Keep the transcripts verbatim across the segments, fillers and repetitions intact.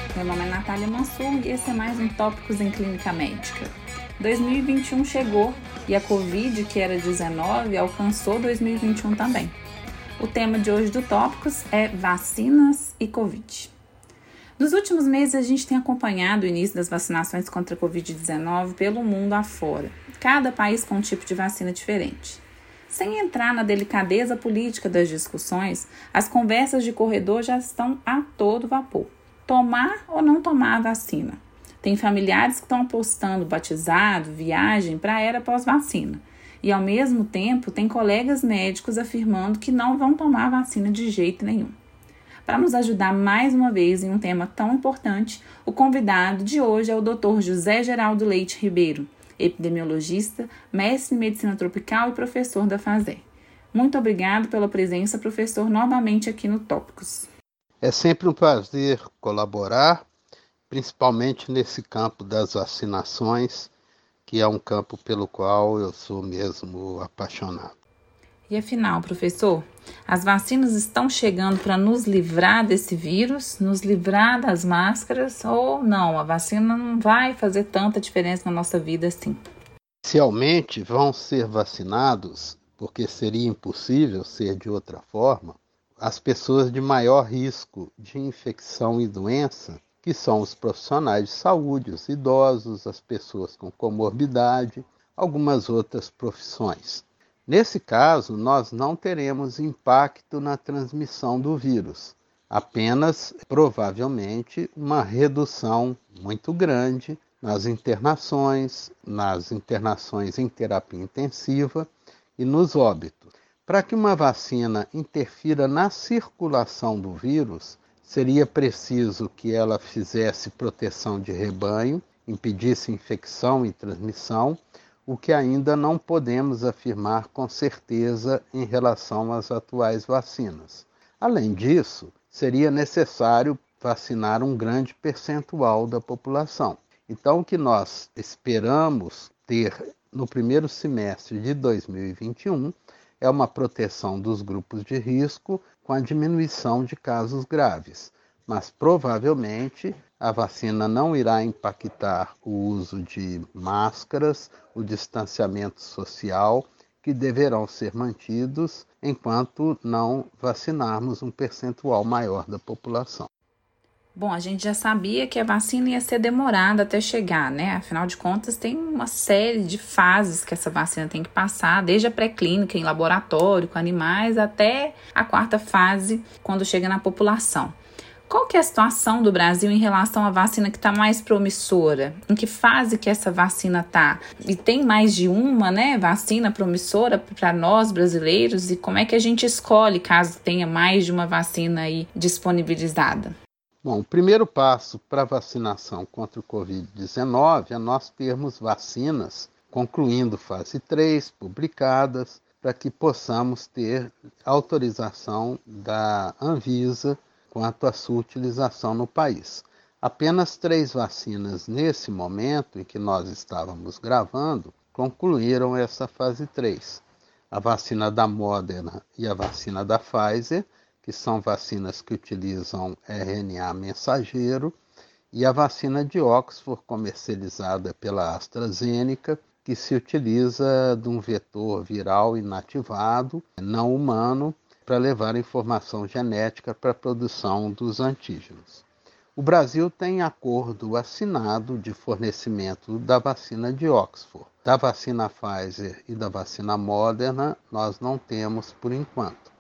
Meu nome é Natália Mansur e esse é mais um Tópicos em Clínica Médica. dois mil e vinte e um chegou e a Covid, que era dezenove, alcançou dois mil e vinte e um também. O tema de hoje do Tópicos é vacinas e Covid. Nos últimos meses, a gente tem acompanhado o início das vacinações contra a covid dezenove pelo mundo afora, cada país com um tipo de vacina diferente. Sem entrar na delicadeza política das discussões, as conversas de corredor já estão a todo vapor. Tomar ou não tomar a vacina? Tem familiares que estão apostando batizado, viagem para a era pós-vacina. E, ao mesmo tempo, tem colegas médicos afirmando que não vão tomar a vacina de jeito nenhum. Para nos ajudar mais uma vez em um tema tão importante, o convidado de hoje é o doutor José Geraldo Leite Ribeiro, epidemiologista, mestre em medicina tropical e professor da FASER. Muito obrigado pela presença, professor, novamente aqui no Tópicos. É sempre um prazer colaborar, principalmente nesse campo das vacinações, que é um campo pelo qual eu sou mesmo apaixonado. E afinal, professor, as vacinas estão chegando para nos livrar desse vírus, nos livrar das máscaras ou não? A vacina não vai fazer tanta diferença na nossa vida assim. Inicialmente vão ser vacinados, porque seria impossível ser de outra forma, as pessoas de maior risco de infecção e doença, que são os profissionais de saúde, os idosos, as pessoas com comorbidade, algumas outras profissões. Nesse caso, nós não teremos impacto na transmissão do vírus, apenas, provavelmente, uma redução muito grande nas internações, nas internações em terapia intensiva e nos óbitos. Para que uma vacina interfira na circulação do vírus, seria preciso que ela fizesse proteção de rebanho, impedisse infecção e transmissão, o que ainda não podemos afirmar com certeza em relação às atuais vacinas. Além disso, seria necessário vacinar um grande percentual da população. Então, o que nós esperamos ter no primeiro semestre de dois mil e vinte e um é uma proteção dos grupos de risco com a diminuição de casos graves. Mas provavelmente a vacina não irá impactar o uso de máscaras, o distanciamento social, que deverão ser mantidos enquanto não vacinarmos um percentual maior da população. Bom, a gente já sabia que a vacina ia ser demorada até chegar, né? Afinal de contas, tem uma série de fases que essa vacina tem que passar, desde a pré-clínica em laboratório, com animais, até a quarta fase, quando chega na população. Qual que é a situação do Brasil em relação à vacina que está mais promissora? Em que fase que essa vacina está? E tem mais de uma, né, vacina promissora para nós brasileiros? E como é que a gente escolhe caso tenha mais de uma vacina aí disponibilizada? Bom, o primeiro passo para a vacinação contra o covid dezenove é nós termos vacinas concluindo fase três, publicadas, para que possamos ter autorização da Anvisa quanto à sua utilização no país. Apenas três vacinas nesse momento em que nós estávamos gravando concluíram essa fase três. A vacina da Moderna e a vacina da Pfizer, que são vacinas que utilizam R N A mensageiro, e a vacina de Oxford, comercializada pela AstraZeneca, que se utiliza de um vetor viral inativado, não humano, para levar informação genética para a produção dos antígenos. O Brasil tem acordo assinado de fornecimento da vacina de Oxford. Da vacina Pfizer e da vacina Moderna, nós não temos por enquanto.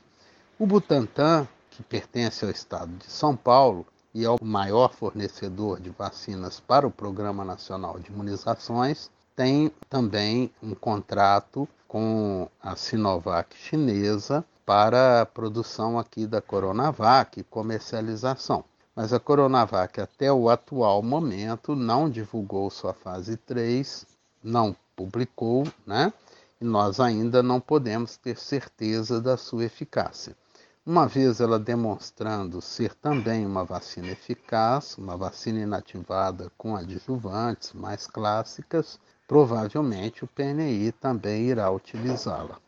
O Butantan, que pertence ao estado de São Paulo e é o maior fornecedor de vacinas para o Programa Nacional de Imunizações, tem também um contrato com a Sinovac chinesa para a produção aqui da Coronavac e comercialização. Mas a Coronavac, até o atual momento, não divulgou sua fase três, não publicou, né? E nós ainda não podemos ter certeza da sua eficácia. Uma vez ela demonstrando ser também uma vacina eficaz, uma vacina inativada com adjuvantes mais clássicas, provavelmente o P N I também irá utilizá-la.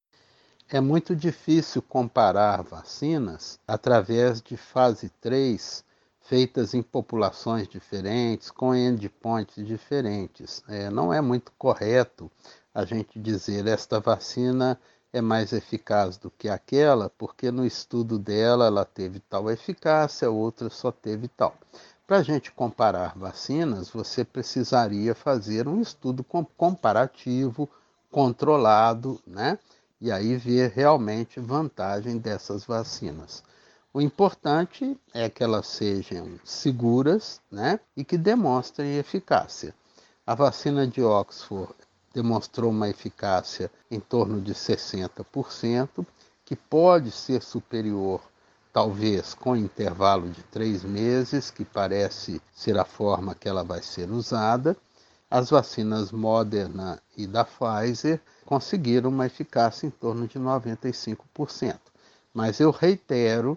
É muito difícil comparar vacinas através de fase três, feitas em populações diferentes, com endpoints diferentes. É, não é muito correto a gente dizer esta vacina é mais eficaz do que aquela, porque no estudo dela ela teve tal eficácia, outra só teve tal. Para a gente comparar vacinas, você precisaria fazer um estudo comparativo, controlado, né? E aí ver realmente vantagem dessas vacinas. O importante é que elas sejam seguras, né? E que demonstrem eficácia. A vacina de Oxford demonstrou uma eficácia em torno de sessenta por cento, que pode ser superior, talvez com intervalo de três meses, que parece ser a forma que ela vai ser usada. As vacinas Moderna e da Pfizer conseguiram uma eficácia em torno de noventa e cinco por cento. Mas eu reitero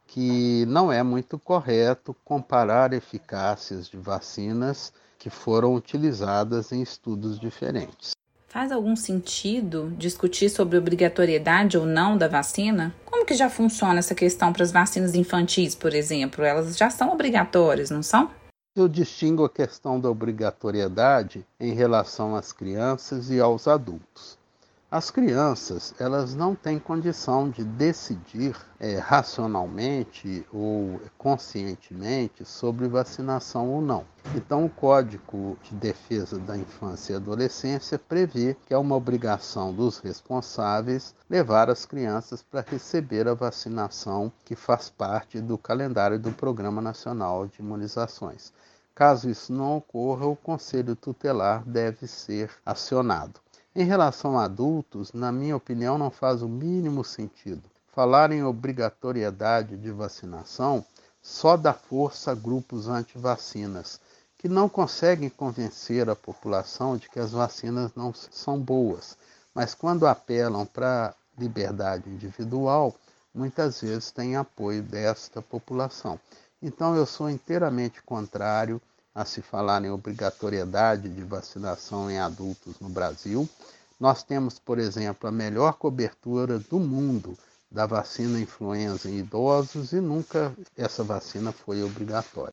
que não é muito correto comparar eficácias de vacinas que foram utilizadas em estudos diferentes. Faz algum sentido discutir sobre obrigatoriedade ou não da vacina? Como que já funciona essa questão para as vacinas infantis, por exemplo? Elas já são obrigatórias, não são? Eu distingo a questão da obrigatoriedade em relação às crianças e aos adultos. As crianças, elas não têm condição de decidir é, racionalmente ou conscientemente sobre vacinação ou não. Então, o Código de Defesa da Infância e Adolescência prevê que é uma obrigação dos responsáveis levar as crianças para receber a vacinação que faz parte do calendário do Programa Nacional de Imunizações. Caso isso não ocorra, o Conselho Tutelar deve ser acionado. Em relação a adultos, na minha opinião, não faz o mínimo sentido. Falar em obrigatoriedade de vacinação só dá força a grupos anti-vacinas, que não conseguem convencer a população de que as vacinas não são boas, mas quando apelam para a liberdade individual, muitas vezes têm apoio desta população. Então, eu sou inteiramente contrário a se falar em obrigatoriedade de vacinação em adultos no Brasil. Nós temos, por exemplo, a melhor cobertura do mundo da vacina influenza em idosos e nunca essa vacina foi obrigatória.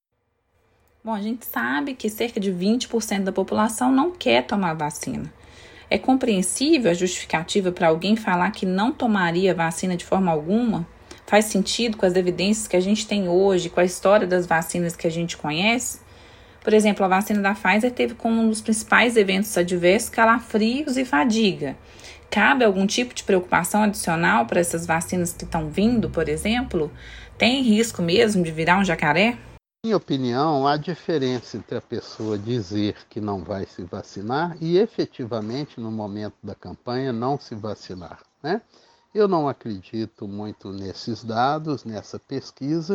Bom, a gente sabe que cerca de vinte por cento da população não quer tomar vacina. É compreensível a justificativa para alguém falar que não tomaria vacina de forma alguma? Faz sentido com as evidências que a gente tem hoje, com a história das vacinas que a gente conhece? Por exemplo, a vacina da Pfizer teve como um dos principais eventos adversos calafrios e fadiga. Cabe algum tipo de preocupação adicional para essas vacinas que estão vindo, por exemplo? Tem risco mesmo de virar um jacaré? Na minha opinião, há diferença entre a pessoa dizer que não vai se vacinar e efetivamente, no momento da campanha, não se vacinar, né? Eu não acredito muito nesses dados, nessa pesquisa,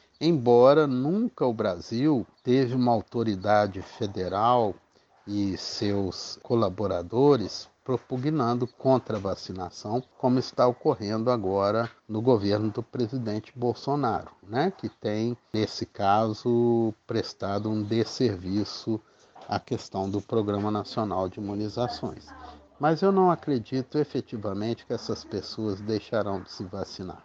embora nunca o Brasil teve uma autoridade federal e seus colaboradores propugnando contra a vacinação, como está ocorrendo agora no governo do presidente Bolsonaro, né? Que tem, nesse caso, prestado um desserviço à questão do Programa Nacional de Imunizações. Mas eu não acredito efetivamente que essas pessoas deixarão de se vacinar.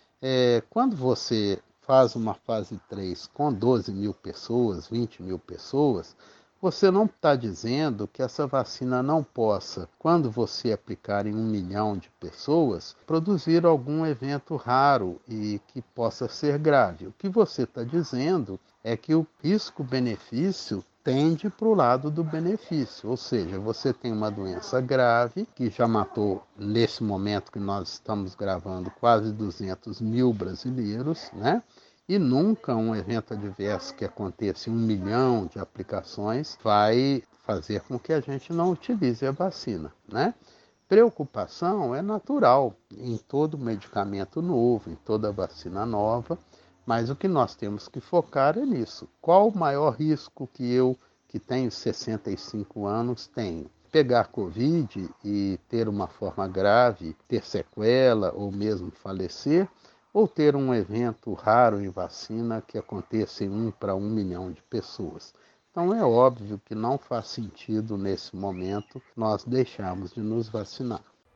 É, quando você faz uma fase três com doze mil pessoas, vinte mil pessoas, você não está dizendo que essa vacina não possa, quando você aplicar em um milhão de pessoas, produzir algum evento raro e que possa ser grave. O que você está dizendo é que o risco-benefício tende para o lado do benefício, ou seja, você tem uma doença grave que já matou, nesse momento que nós estamos gravando, quase duzentos mil brasileiros, né? E nunca um evento adverso que aconteça em um milhão de aplicações vai fazer com que a gente não utilize a vacina, né? Preocupação é natural em todo medicamento novo, em toda vacina nova, mas o que nós temos que focar é nisso. Qual o maior risco que eu, que tenho sessenta e cinco anos, tenho? Pegar Covid e ter uma forma grave, ter sequela ou mesmo falecer, ou ter um evento raro em vacina que aconteça em um para um milhão de pessoas. Então é óbvio que não faz sentido nesse momento nós deixarmos de nos vacinar.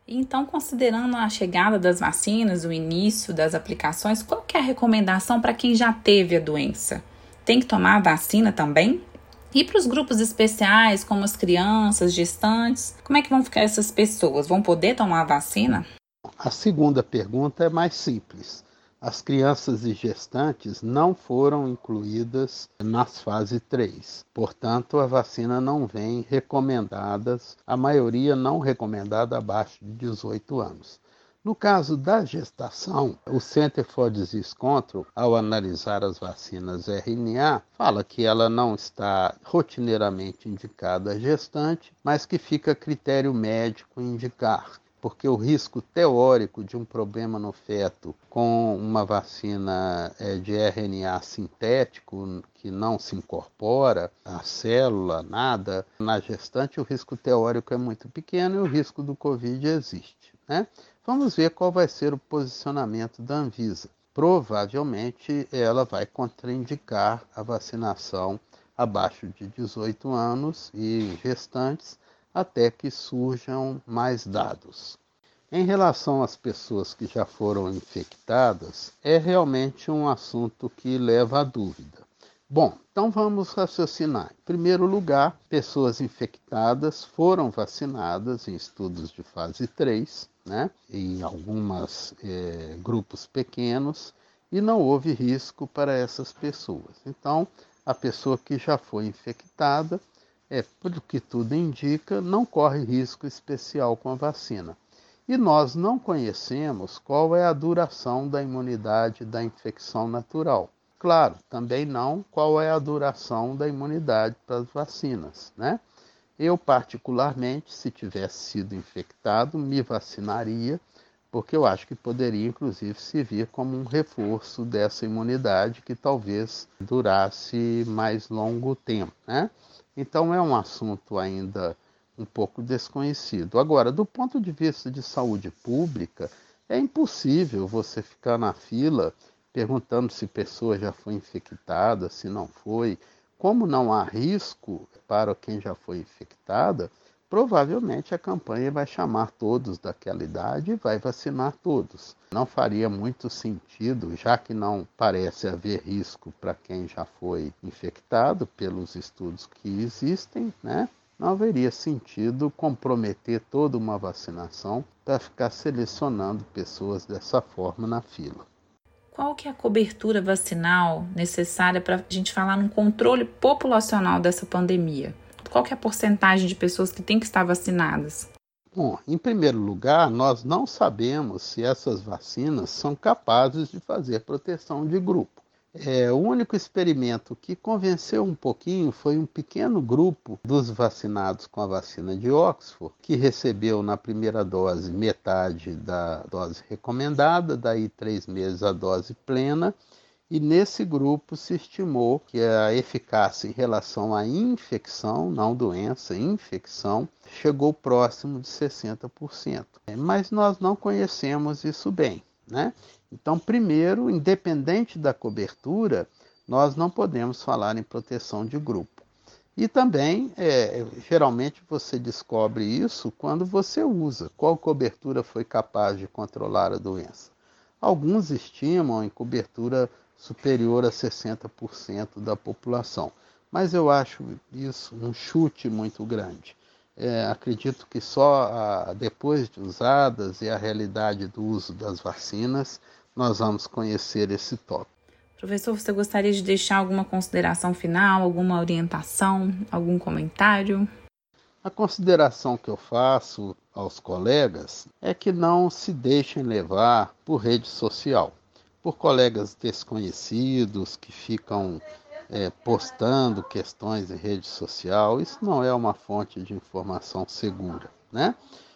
Então, considerando a chegada das vacinas, o início das aplicações, qual que é a recomendação para quem já teve a doença? Tem que tomar a vacina também? E para os grupos especiais, como as crianças, gestantes, como é que vão ficar essas pessoas? Vão poder tomar a vacina? A segunda pergunta é mais simples. As crianças e gestantes não foram incluídas nas fase três. Portanto, a vacina não vem recomendada, a maioria não recomendada abaixo de dezoito anos. No caso da gestação, o Center for Disease Control, ao analisar as vacinas R N A, fala que ela não está rotineiramente indicada à gestante, mas que fica a critério médico indicar. Porque o risco teórico de um problema no feto com uma vacina de R N A sintético que não se incorpora à célula, nada, na gestante o risco teórico é muito pequeno e o risco do Covid existe, né? Vamos ver qual vai ser o posicionamento da Anvisa. Provavelmente ela vai contraindicar a vacinação abaixo de dezoito anos e gestantes, até que surjam mais dados. Em relação às pessoas que já foram infectadas, é realmente um assunto que leva à dúvida. Bom, então vamos raciocinar. Em primeiro lugar, pessoas infectadas foram vacinadas em estudos de fase três, né, em alguns eh, grupos pequenos, e não houve risco para essas pessoas. Então, a pessoa que já foi infectada, É, pelo que tudo indica, não corre risco especial com a vacina. E nós não conhecemos qual é a duração da imunidade da infecção natural. Claro, também não qual é a duração da imunidade para as vacinas, né? Eu, particularmente, se tivesse sido infectado, me vacinaria, porque eu acho que poderia, inclusive, servir como um reforço dessa imunidade que talvez durasse mais longo tempo, né? Então, é um assunto ainda um pouco desconhecido. Agora, do ponto de vista de saúde pública, é impossível você ficar na fila perguntando se a pessoa já foi infectada, se não foi. Como não há risco para quem já foi infectada, provavelmente a campanha vai chamar todos daquela idade e vai vacinar todos. Não faria muito sentido, já que não parece haver risco para quem já foi infectado pelos estudos que existem, né? Não haveria sentido comprometer toda uma vacinação para ficar selecionando pessoas dessa forma na fila. Qual que é a cobertura vacinal necessária para a gente falar num controle populacional dessa pandemia? Qual que é a porcentagem de pessoas que têm que estar vacinadas? Bom, em primeiro lugar, nós não sabemos se essas vacinas são capazes de fazer proteção de grupo. É, o único experimento que convenceu um pouquinho foi um pequeno grupo dos vacinados com a vacina de Oxford, que recebeu na primeira dose metade da dose recomendada, daí três meses a dose plena, e nesse grupo se estimou que a eficácia em relação à infecção, não doença, infecção, chegou próximo de sessenta por cento. Mas nós não conhecemos isso bem, né? Então, primeiro, independente da cobertura, nós não podemos falar em proteção de grupo. E também, é, geralmente você descobre isso quando você usa. Qual cobertura foi capaz de controlar a doença? Alguns estimam em cobertura superior a sessenta por cento da população. Mas eu acho isso um chute muito grande. É, acredito que só a, depois de usadas e a realidade do uso das vacinas, nós vamos conhecer esse tópico. Professor, você gostaria de deixar alguma consideração final, alguma orientação, algum comentário? A consideração que eu faço aos colegas é que não se deixem levar por rede social, por colegas desconhecidos que ficam é, postando questões em rede social. Isso não é uma fonte de informação segura, né?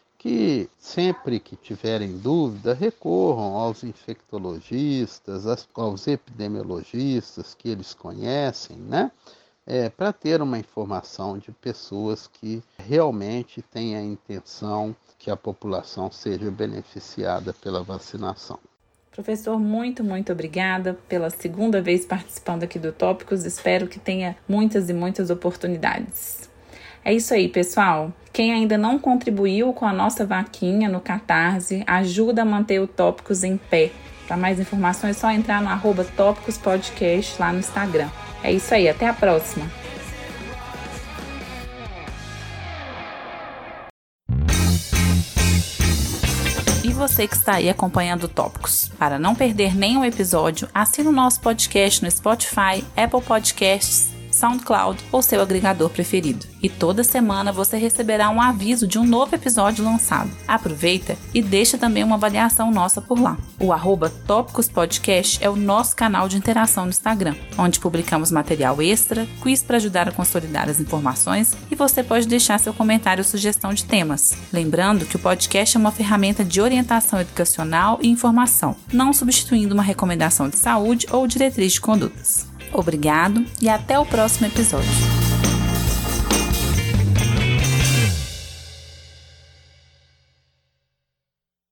Que sempre que tiverem dúvida, recorram aos infectologistas, aos epidemiologistas que eles conhecem, né? É, para ter uma informação de pessoas que realmente têm a intenção que a população seja beneficiada pela vacinação. Professor, muito, muito obrigada pela segunda vez participando aqui do Tópicos. Espero que tenha muitas e muitas oportunidades. É isso aí, pessoal. Quem ainda não contribuiu com a nossa vaquinha no Catarse, ajuda a manter o Tópicos em pé. Para mais informações é só entrar no arroba Tópicos Podcast lá no Instagram. É isso aí, até a próxima! E você que está aí acompanhando o Tópicos. Para não perder nenhum episódio, assine o nosso podcast no Spotify, Apple Podcasts, SoundCloud ou seu agregador preferido. E toda semana você receberá um aviso de um novo episódio lançado. Aproveita e deixa também uma avaliação nossa por lá. O arroba Tópicos Podcast é o nosso canal de interação no Instagram, onde publicamos material extra, quiz para ajudar a consolidar as informações e você pode deixar seu comentário ou sugestão de temas. Lembrando que o podcast é uma ferramenta de orientação educacional e informação, não substituindo uma recomendação de saúde ou diretriz de condutas. Obrigado e até o próximo episódio.